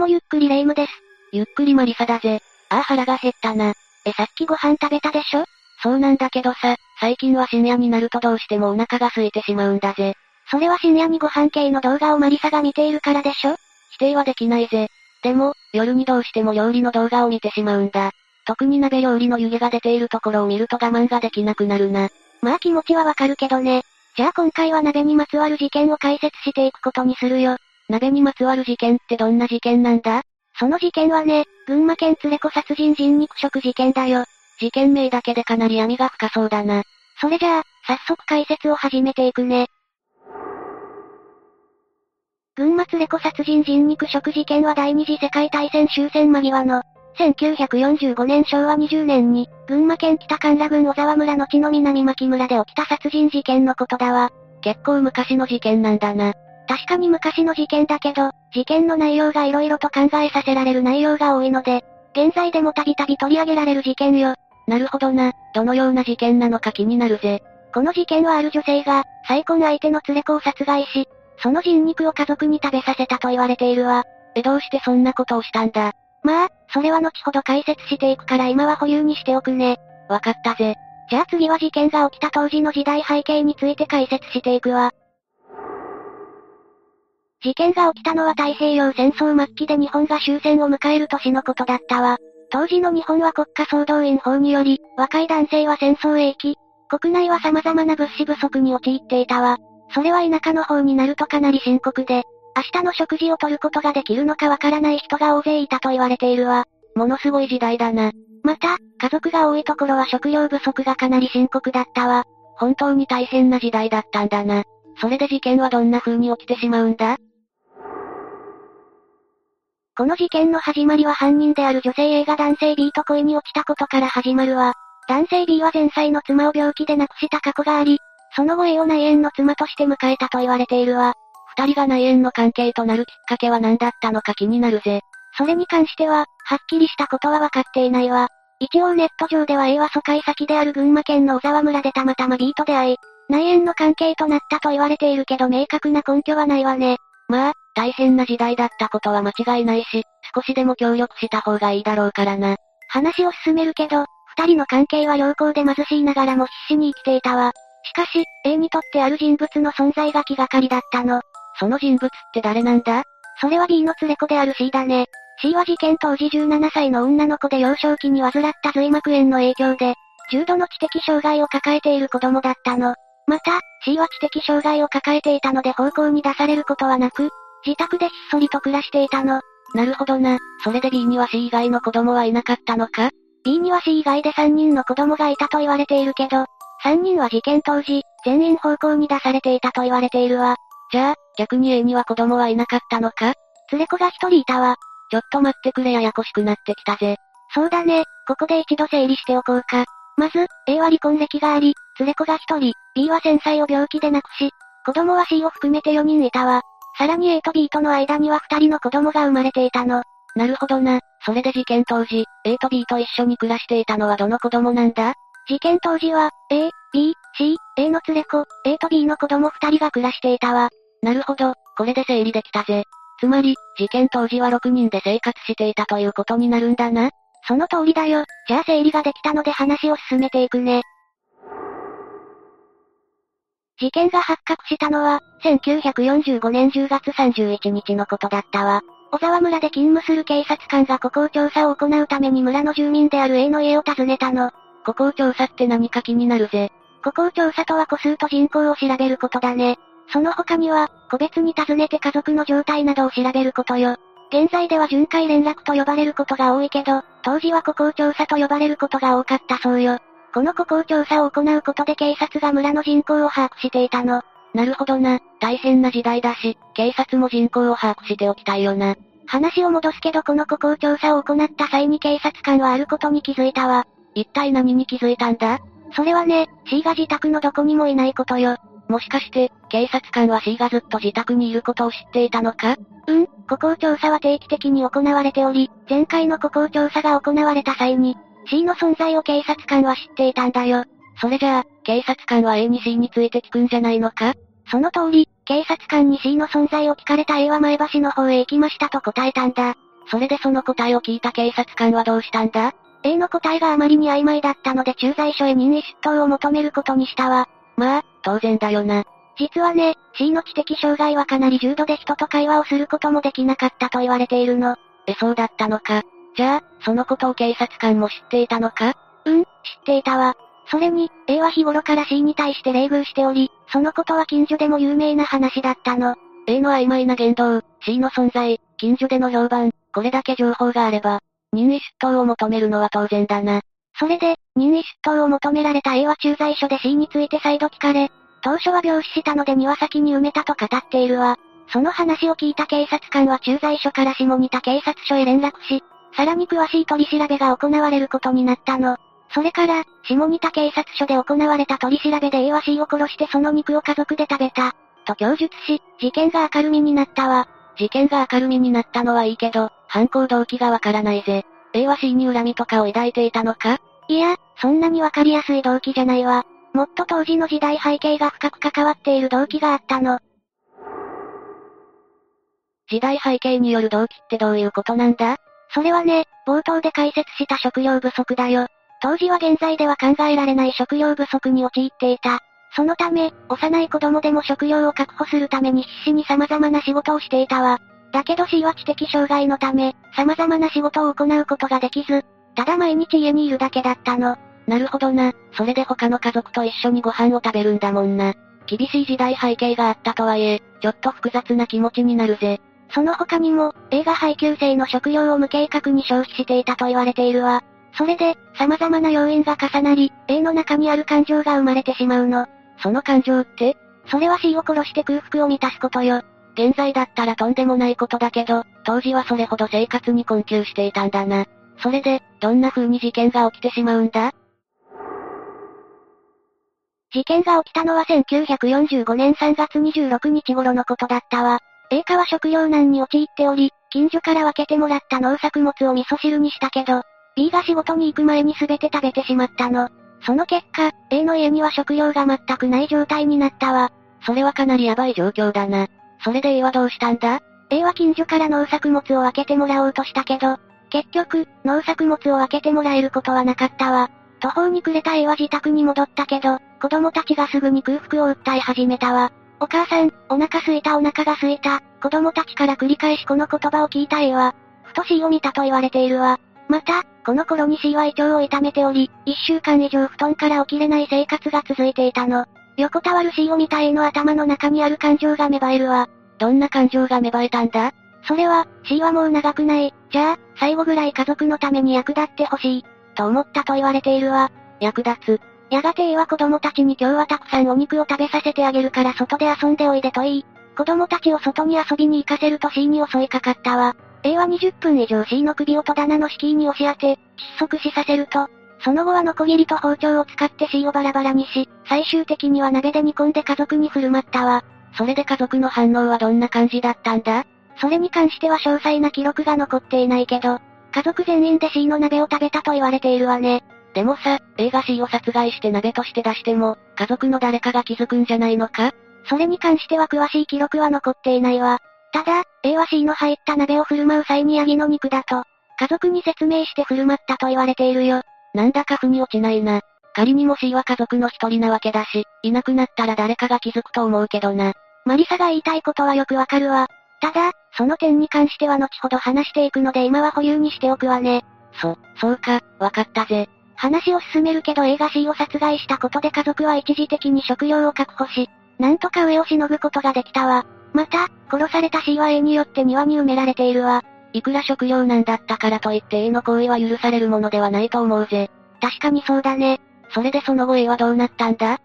もゆっくりレ夢ムです。 ゆっくりマリサだぜ。ああ腹が減ったな。 さっきご飯食べたでしょ？ そうなんだけどさ、最近は深夜になるとどうしてもお腹が空いてしまうんだぜ。 それは深夜にご飯系の動画をマリサが見ているからでしょ？ 否定はできないぜ。でも、夜にどうしても料理の動画を見てしまうんだ。特に鍋料理の湯気が出ているところを見ると我慢ができなくなるな。 まあ気持ちはわかるけどね。じゃあ今回は鍋にまつわる事件を解説していくことにするよ。 鍋にまつわる事件ってどんな事件なんだ？ その事件はね、群馬県連れ子殺人人肉食事件だよ。 事件名だけでかなり闇が深そうだな。 それじゃあ、早速解説を始めていくね。群馬連れ子殺人人肉食事件は第二次世界大戦終戦間際の、1945年昭和20年に、群馬県北甘楽郡小沢村の地の南牧村で起きた殺人事件のことだわ。 結構昔の事件なんだな。 確かに昔の事件だけど、事件の内容が色々と考えさせられる内容が多いので、現在でもたびたび取り上げられる事件よ。 なるほどな、どのような事件なのか気になるぜ。 この事件はある女性が、再婚相手の連れ子を殺害し、その人肉を家族に食べさせたと言われているわ。 どうしてそんなことをしたんだ？ まあ、それは後ほど解説していくから今は保留にしておくね。 わかったぜ。 じゃあ次は事件が起きた当時の時代背景について解説していくわ。事件が起きたのは太平洋戦争末期で日本が終戦を迎える年のことだったわ。当時の日本は国家総動員法により、若い男性は戦争へ行き、国内は様々な物資不足に陥っていたわ。それは田舎の方になるとかなり深刻で、明日の食事を取ることができるのかわからない人が大勢いたと言われているわ。 ものすごい時代だな。 また、家族が多いところは食料不足がかなり深刻だったわ。 本当に大変な時代だったんだな。それで事件はどんな風に起きてしまうんだ？ この事件の始まりは犯人である女性 A が男性 B と恋に落ちたことから始まるわ。男性 B は前妻の妻を病気で亡くした過去があり、その後 A を内縁の妻として迎えたと言われているわ。 二人が内縁の関係となるきっかけは何だったのか気になるぜ。 それに関しては、はっきりしたことは分かっていないわ。一応ネット上では A は疎開先である群馬県の小沢村でたまたま B と出会い、内縁の関係となったと言われているけど明確な根拠はないわね。 まあ、大変な時代だったことは間違いないし、少しでも協力した方がいいだろうからな。 話を進めるけど、二人の関係は良好で貧しいながらも必死に生きていたわ。しかし、A にとってある人物の存在が気がかりだったの。 その人物って誰なんだ？ それは B の連れ子である C だね。C は事件当時17歳の女の子で幼少期に患った髄膜炎の影響で、重度の知的障害を抱えている子供だったの。また、C は知的障害を抱えていたので奉公に出されることはなく、自宅でひっそりと暮らしていたの。 なるほどな。それで B には C 以外の子供はいなかったのか？ B には C 以外で3人の子供がいたと言われているけど、3人は事件当時、全員奉公に出されていたと言われているわ。 じゃあ、逆に A には子供はいなかったのか？ 連れ子が1人いたわ。 ちょっと待ってくれややこしくなってきたぜ。 そうだね、ここで一度整理しておこうか。まず、A は離婚歴があり、連れ子が1人、B は戦災を病気で亡くし、子供は C を含めて4人いたわ。さらに A と B との間には2人の子供が生まれていたの。 なるほどな。それで事件当時、A と B と一緒に暮らしていたのはどの子供なんだ？ 事件当時は、A、B、C、A の連れ子、A と B の子供2人が暮らしていたわ。 なるほど、これで整理できたぜ。つまり、事件当時は6人で生活していたということになるんだな。 その通りだよ。じゃあ整理ができたので話を進めていくね。事件が発覚したのは、1945年10月31日のことだったわ。小沢村で勤務する警察官が歩行調査を行うために村の住民である A の家を訪ねたの。 歩行調査って何か気になるぜ。 歩行調査とは戸数と人口を調べることだね。その他には、個別に訪ねて家族の状態などを調べることよ。現在では巡回連絡と呼ばれることが多いけど、当時は歩行調査と呼ばれることが多かったそうよ。この歩行調査を行うことで警察が村の人口を把握していたの。 なるほどな。大変な時代だし、警察も人口を把握しておきたいよな。 話を戻すけどこの歩行調査を行った際に警察官はあることに気づいたわ。 一体何に気づいたんだ？ それはね、C が自宅のどこにもいないことよ。 もしかして、警察官は C がずっと自宅にいることを知っていたのか？ 歩行調査は定期的に行われており、前回の歩行調査が行われた際に、C の存在を警察官は知っていたんだよ。 それじゃあ、警察官は A に C について聞くんじゃないのか？ その通り、警察官に C の存在を聞かれた A は前橋の方へ行きましたと答えたんだ。 それでその答えを聞いた警察官はどうしたんだ？ A の答えがあまりに曖昧だったので駐在所へ任意出頭を求めることにしたわ。 まあ、当然だよな。 実はね、C の知的障害はかなり重度で人と会話をすることもできなかったと言われているの。 そうだったのか。じゃあ、そのことを警察官も知っていたのか？ 知っていたわ。それに、A は日頃から C に対して冷遇しており、そのことは近所でも有名な話だったの。 A の曖昧な言動、C の存在、近所での評判、これだけ情報があれば、任意出頭を求めるのは当然だな。 それで、任意出頭を求められた A は駐在所で C について再度聞かれ、当初は病死したので庭先に埋めたと語っているわ。その話を聞いた警察官は駐在所から下仁田警察署へ連絡し、さらに詳しい取り調べが行われることになったの。それから、下仁田警察署で行われた取り調べで A は C を殺してその肉を家族で食べた。と供述し、事件が明るみになったわ。 事件が明るみになったのはいいけど、犯行動機がわからないぜ。A は C に恨みとかを抱いていたのか？ いや、そんなにわかりやすい動機じゃないわ。もっと当時の時代背景が深く関わっている動機があったの。 時代背景による動機ってどういうことなんだ？ それはね、冒頭で解説した食料不足だよ。当時は現在では考えられない食料不足に陥っていた。そのため、幼い子供でも食料を確保するために必死に様々な仕事をしていたわ。だけど C は知的障害のため、様々な仕事を行うことができず、ただ毎日家にいるだけだったの。 なるほどな。それで他の家族と一緒にご飯を食べるんだもんな。厳しい時代背景があったとはいえ、ちょっと複雑な気持ちになるぜ。 その他にも、A が配給制の食料を無計画に消費していたと言われているわ。それで、様々な要因が重なり、A の中にある感情が生まれてしまうの。 その感情って？ それは C を殺して空腹を満たすことよ。 現在だったらとんでもないことだけど、当時はそれほど生活に困窮していたんだな。それで、どんな風に事件が起きてしまうんだ？ 事件が起きたのは1945年3月26日頃のことだったわ。A 家は食糧難に陥っており、近所から分けてもらった農作物を味噌汁にしたけど、B が仕事に行く前に全て食べてしまったの。その結果、A の家には食料が全くない状態になったわ。 それはかなりヤバい状況だな。それで A はどうしたんだ？ A は近所から農作物を分けてもらおうとしたけど、結局、農作物を分けてもらえることはなかったわ。途方に暮れた A は自宅に戻ったけど、子供たちがすぐに空腹を訴え始めたわ。お母さん、お腹すいたお腹がすいた。子供たちから繰り返しこの言葉を聞いた A は、ふと C を見たと言われているわ。また、この頃に C は胃腸を痛めており、1週間以上布団から起きれない生活が続いていたの。横たわる C を見た A の頭の中にある感情が芽生えるわ。 どんな感情が芽生えたんだ？ それは、C はもう長くない。じゃあ、最後ぐらい家族のために役立ってほしい。と思ったと言われているわ。 役立つ。 やがて A は子供たちに今日はたくさんお肉を食べさせてあげるから外で遊んでおいでと言い、子供たちを外に遊びに行かせると C に襲いかかったわ。A は20分以上 C の首を戸棚の敷居に押し当て、窒息死させると、その後はノコギリと包丁を使って C をバラバラにし、最終的には鍋で煮込んで家族に振る舞ったわ。 それで家族の反応はどんな感じだったんだ？ それに関しては詳細な記録が残っていないけど、家族全員で C の鍋を食べたと言われているわね。 でもさ、A が C を殺害して鍋として出しても、家族の誰かが気づくんじゃないのか？ それに関しては詳しい記録は残っていないわ。ただ、A は C の入った鍋を振る舞う際にヤギの肉だと、家族に説明して振る舞ったと言われているよ。 なんだか腑に落ちないな。仮にも C は家族の一人なわけだし、いなくなったら誰かが気づくと思うけどな。 マリサが言いたいことはよくわかるわ。ただ、その点に関しては後ほど話していくので今は保留にしておくわね。 そうか、わかったぜ。 話を進めるけど A が C を殺害したことで家族は一時的に食料を確保し、なんとか上をしのぐことができたわ。また、殺された C は A によって庭に埋められているわ。 いくら食料難だったからといって A の行為は許されるものではないと思うぜ。 確かにそうだね。 それでその後 A はどうなったんだ？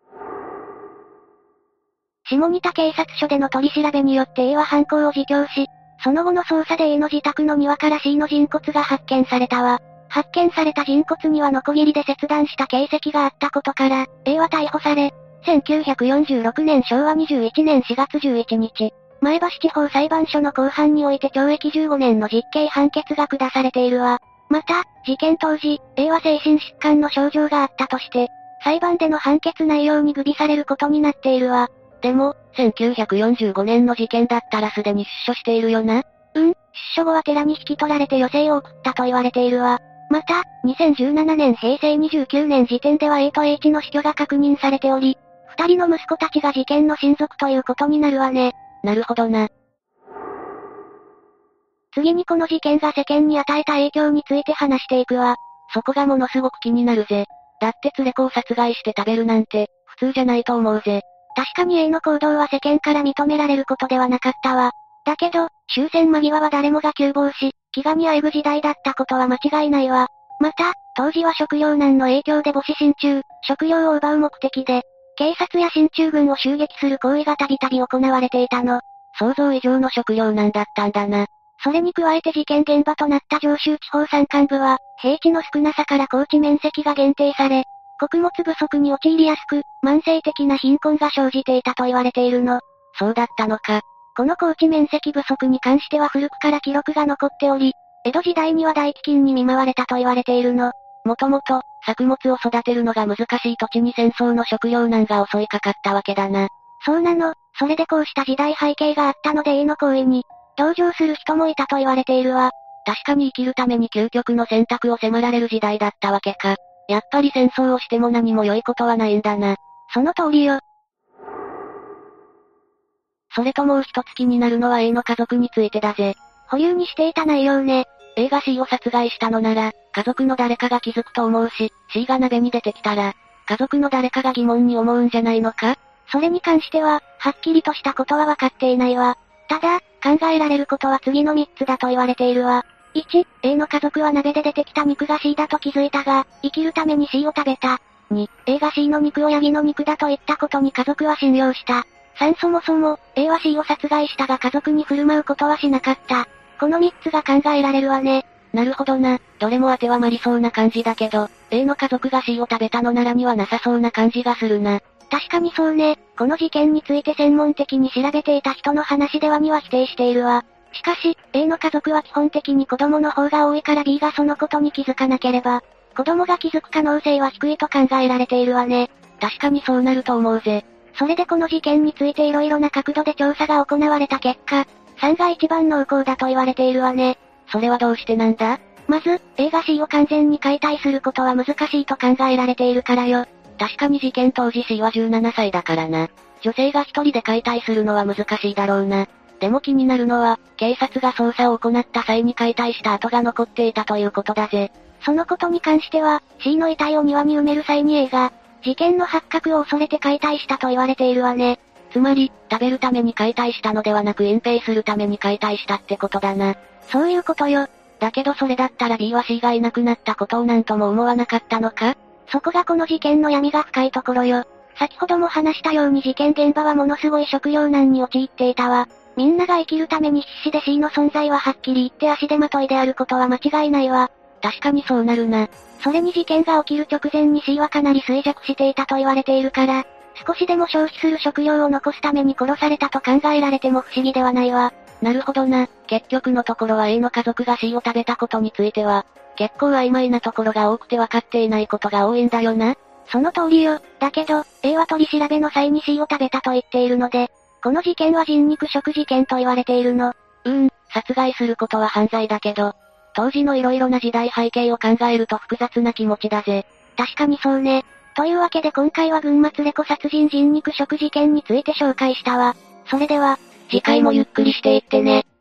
下仁田警察署での取り調べによって A は犯行を自供し、その後の捜査で A の自宅の庭から C の人骨が発見されたわ。発見された人骨にはノコギリで切断した形跡があったことから、A は逮捕され、1946年昭和21年4月11日、前橋地方裁判所の公判において懲役15年の実刑判決が下されているわ。また、事件当時、A は精神疾患の症状があったとして、裁判での判決内容に具備されることになっているわ。 でも、1945年の事件だったらすでに出所しているよな。 出所後は寺に引き取られて余生を送ったと言われているわ。また、2017年平成29年時点では A と H の死去が確認されており、二人の息子たちが事件の親族ということになるわね。 なるほどな。 次にこの事件が世間に与えた影響について話していくわ。 そこがものすごく気になるぜ。だって連れ子を殺害して食べるなんて、普通じゃないと思うぜ。 確かに A の行動は世間から認められることではなかったわ。だけど、終戦間際は誰もが窮乏し、飢餓にあえぐ時代だったことは間違いないわ。また、当時は食糧難の影響で母子心中、食料を奪う目的で、警察や進駐軍を襲撃する行為がたびたび行われていたの。 想像以上の食糧難だったんだな。 それに加えて事件現場となった上州地方山間部は、平地の少なさから耕地面積が限定され、穀物不足に陥りやすく、慢性的な貧困が生じていたと言われているの。 そうだったのか。 この耕地面積不足に関しては古くから記録が残っており、江戸時代には大飢饉に見舞われたと言われているの。 もともと、作物を育てるのが難しい土地に戦争の食糧難が襲いかかったわけだな。 そうなの。それでこうした時代背景があったので A の行為に、同情する人もいたと言われているわ。 確かに生きるために究極の選択を迫られる時代だったわけか。やっぱり戦争をしても何も良いことはないんだな。 その通りよ。 それともう一つ気になるのは A の家族についてだぜ。 保留にしていた内容ね。 A が C を殺害したのなら、家族の誰かが気づくと思うし、C が鍋に出てきたら、家族の誰かが疑問に思うんじゃないのか？ それに関しては、はっきりとしたことは分かっていないわ。ただ、考えられることは次の3つだと言われているわ。1、A の家族は鍋で出てきた肉が C だと気づいたが、生きるために C を食べた。2、A が C の肉をヤギの肉だと言ったことに家族は信用した。3、そもそも、A は C を殺害したが家族に振る舞うことはしなかった。この3つが考えられるわね。 なるほどな。どれも当てはまりそうな感じだけど、A の家族が C を食べたのならにはなさそうな感じがするな。 確かにそうね。この事件について専門的に調べていた人の話ではには否定しているわ。しかし、A の家族は基本的に子供の方が多いから B がそのことに気づかなければ、子供が気づく可能性は低いと考えられているわね。 確かにそうなると思うぜ。 それでこの事件について色々な角度で調査が行われた結果、3が一番濃厚だと言われているわね。 それはどうしてなんだ？ まず、A が C を完全に解体することは難しいと考えられているからよ。 確かに事件当時 C は17歳だからな。女性が一人で解体するのは難しいだろうな。でも気になるのは、警察が捜査を行った際に解体した跡が残っていたということだぜ。 そのことに関しては、C の遺体を庭に埋める際に A が、事件の発覚を恐れて解体したと言われているわね。 つまり、食べるために解体したのではなく隠蔽するために解体したってことだな。 そういうことよ。 だけどそれだったら B は C がいなくなったことをなんとも思わなかったのか？ そこがこの事件の闇が深いところよ。先ほども話したように事件現場はものすごい食糧難に陥っていたわ。みんなが生きるために必死で C の存在ははっきり言って足手まといであることは間違いないわ。 確かにそうなるな。 それに事件が起きる直前に C はかなり衰弱していたと言われているから、少しでも消費する食料を残すために殺されたと考えられても不思議ではないわ。 なるほどな。結局のところは A の家族が C を食べたことについては、結構曖昧なところが多くて分かっていないことが多いんだよな。 その通りよ。だけど、A は取り調べの際に C を食べたと言っているので、この事件は人肉食事件と言われているの。 殺害することは犯罪だけど、当時の色々な時代背景を考えると複雑な気持ちだぜ。 確かにそうね。というわけで今回は群馬連れ子殺人人肉食事件について紹介したわ。それでは、 次回もゆっくりしていってね。